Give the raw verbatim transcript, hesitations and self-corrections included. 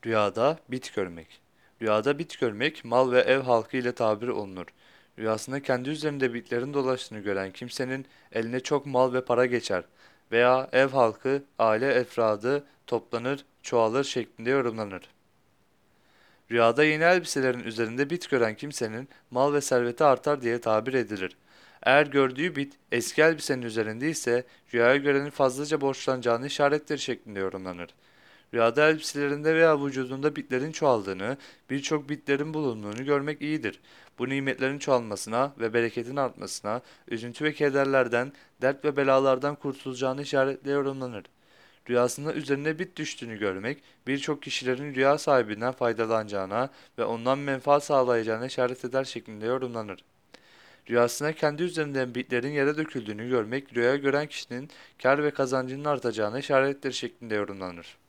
Rüyada bit görmek. Rüyada bit görmek mal ve ev halkı ile tabir olunur. Rüyasında kendi üzerinde bitlerin dolaştığını gören kimsenin eline çok mal ve para geçer veya ev halkı, aile efradı toplanır, çoğalır şeklinde yorumlanır. Rüyada yeni elbiselerin üzerinde bit gören kimsenin mal ve serveti artar diye tabir edilir. Eğer gördüğü bit eski elbisenin üzerinde ise rüyaya görenin fazlaca borçlanacağını işarettir şeklinde yorumlanır. Rüyada elbiselerinde veya vücudunda bitlerin çoğaldığını, birçok bitlerin bulunduğunu görmek iyidir. Bu nimetlerin çoğalmasına ve bereketin artmasına, üzüntü ve kederlerden, dert ve belalardan kurtulacağını işaretle yorumlanır. Rüyasında üzerine bit düştüğünü görmek, birçok kişilerin rüya sahibinden faydalanacağına ve ondan menfaat sağlayacağına işaret eder şeklinde yorumlanır. Rüyasında kendi üzerinden bitlerin yere döküldüğünü görmek, rüya gören kişinin kar ve kazancının artacağına işarettir şeklinde yorumlanır.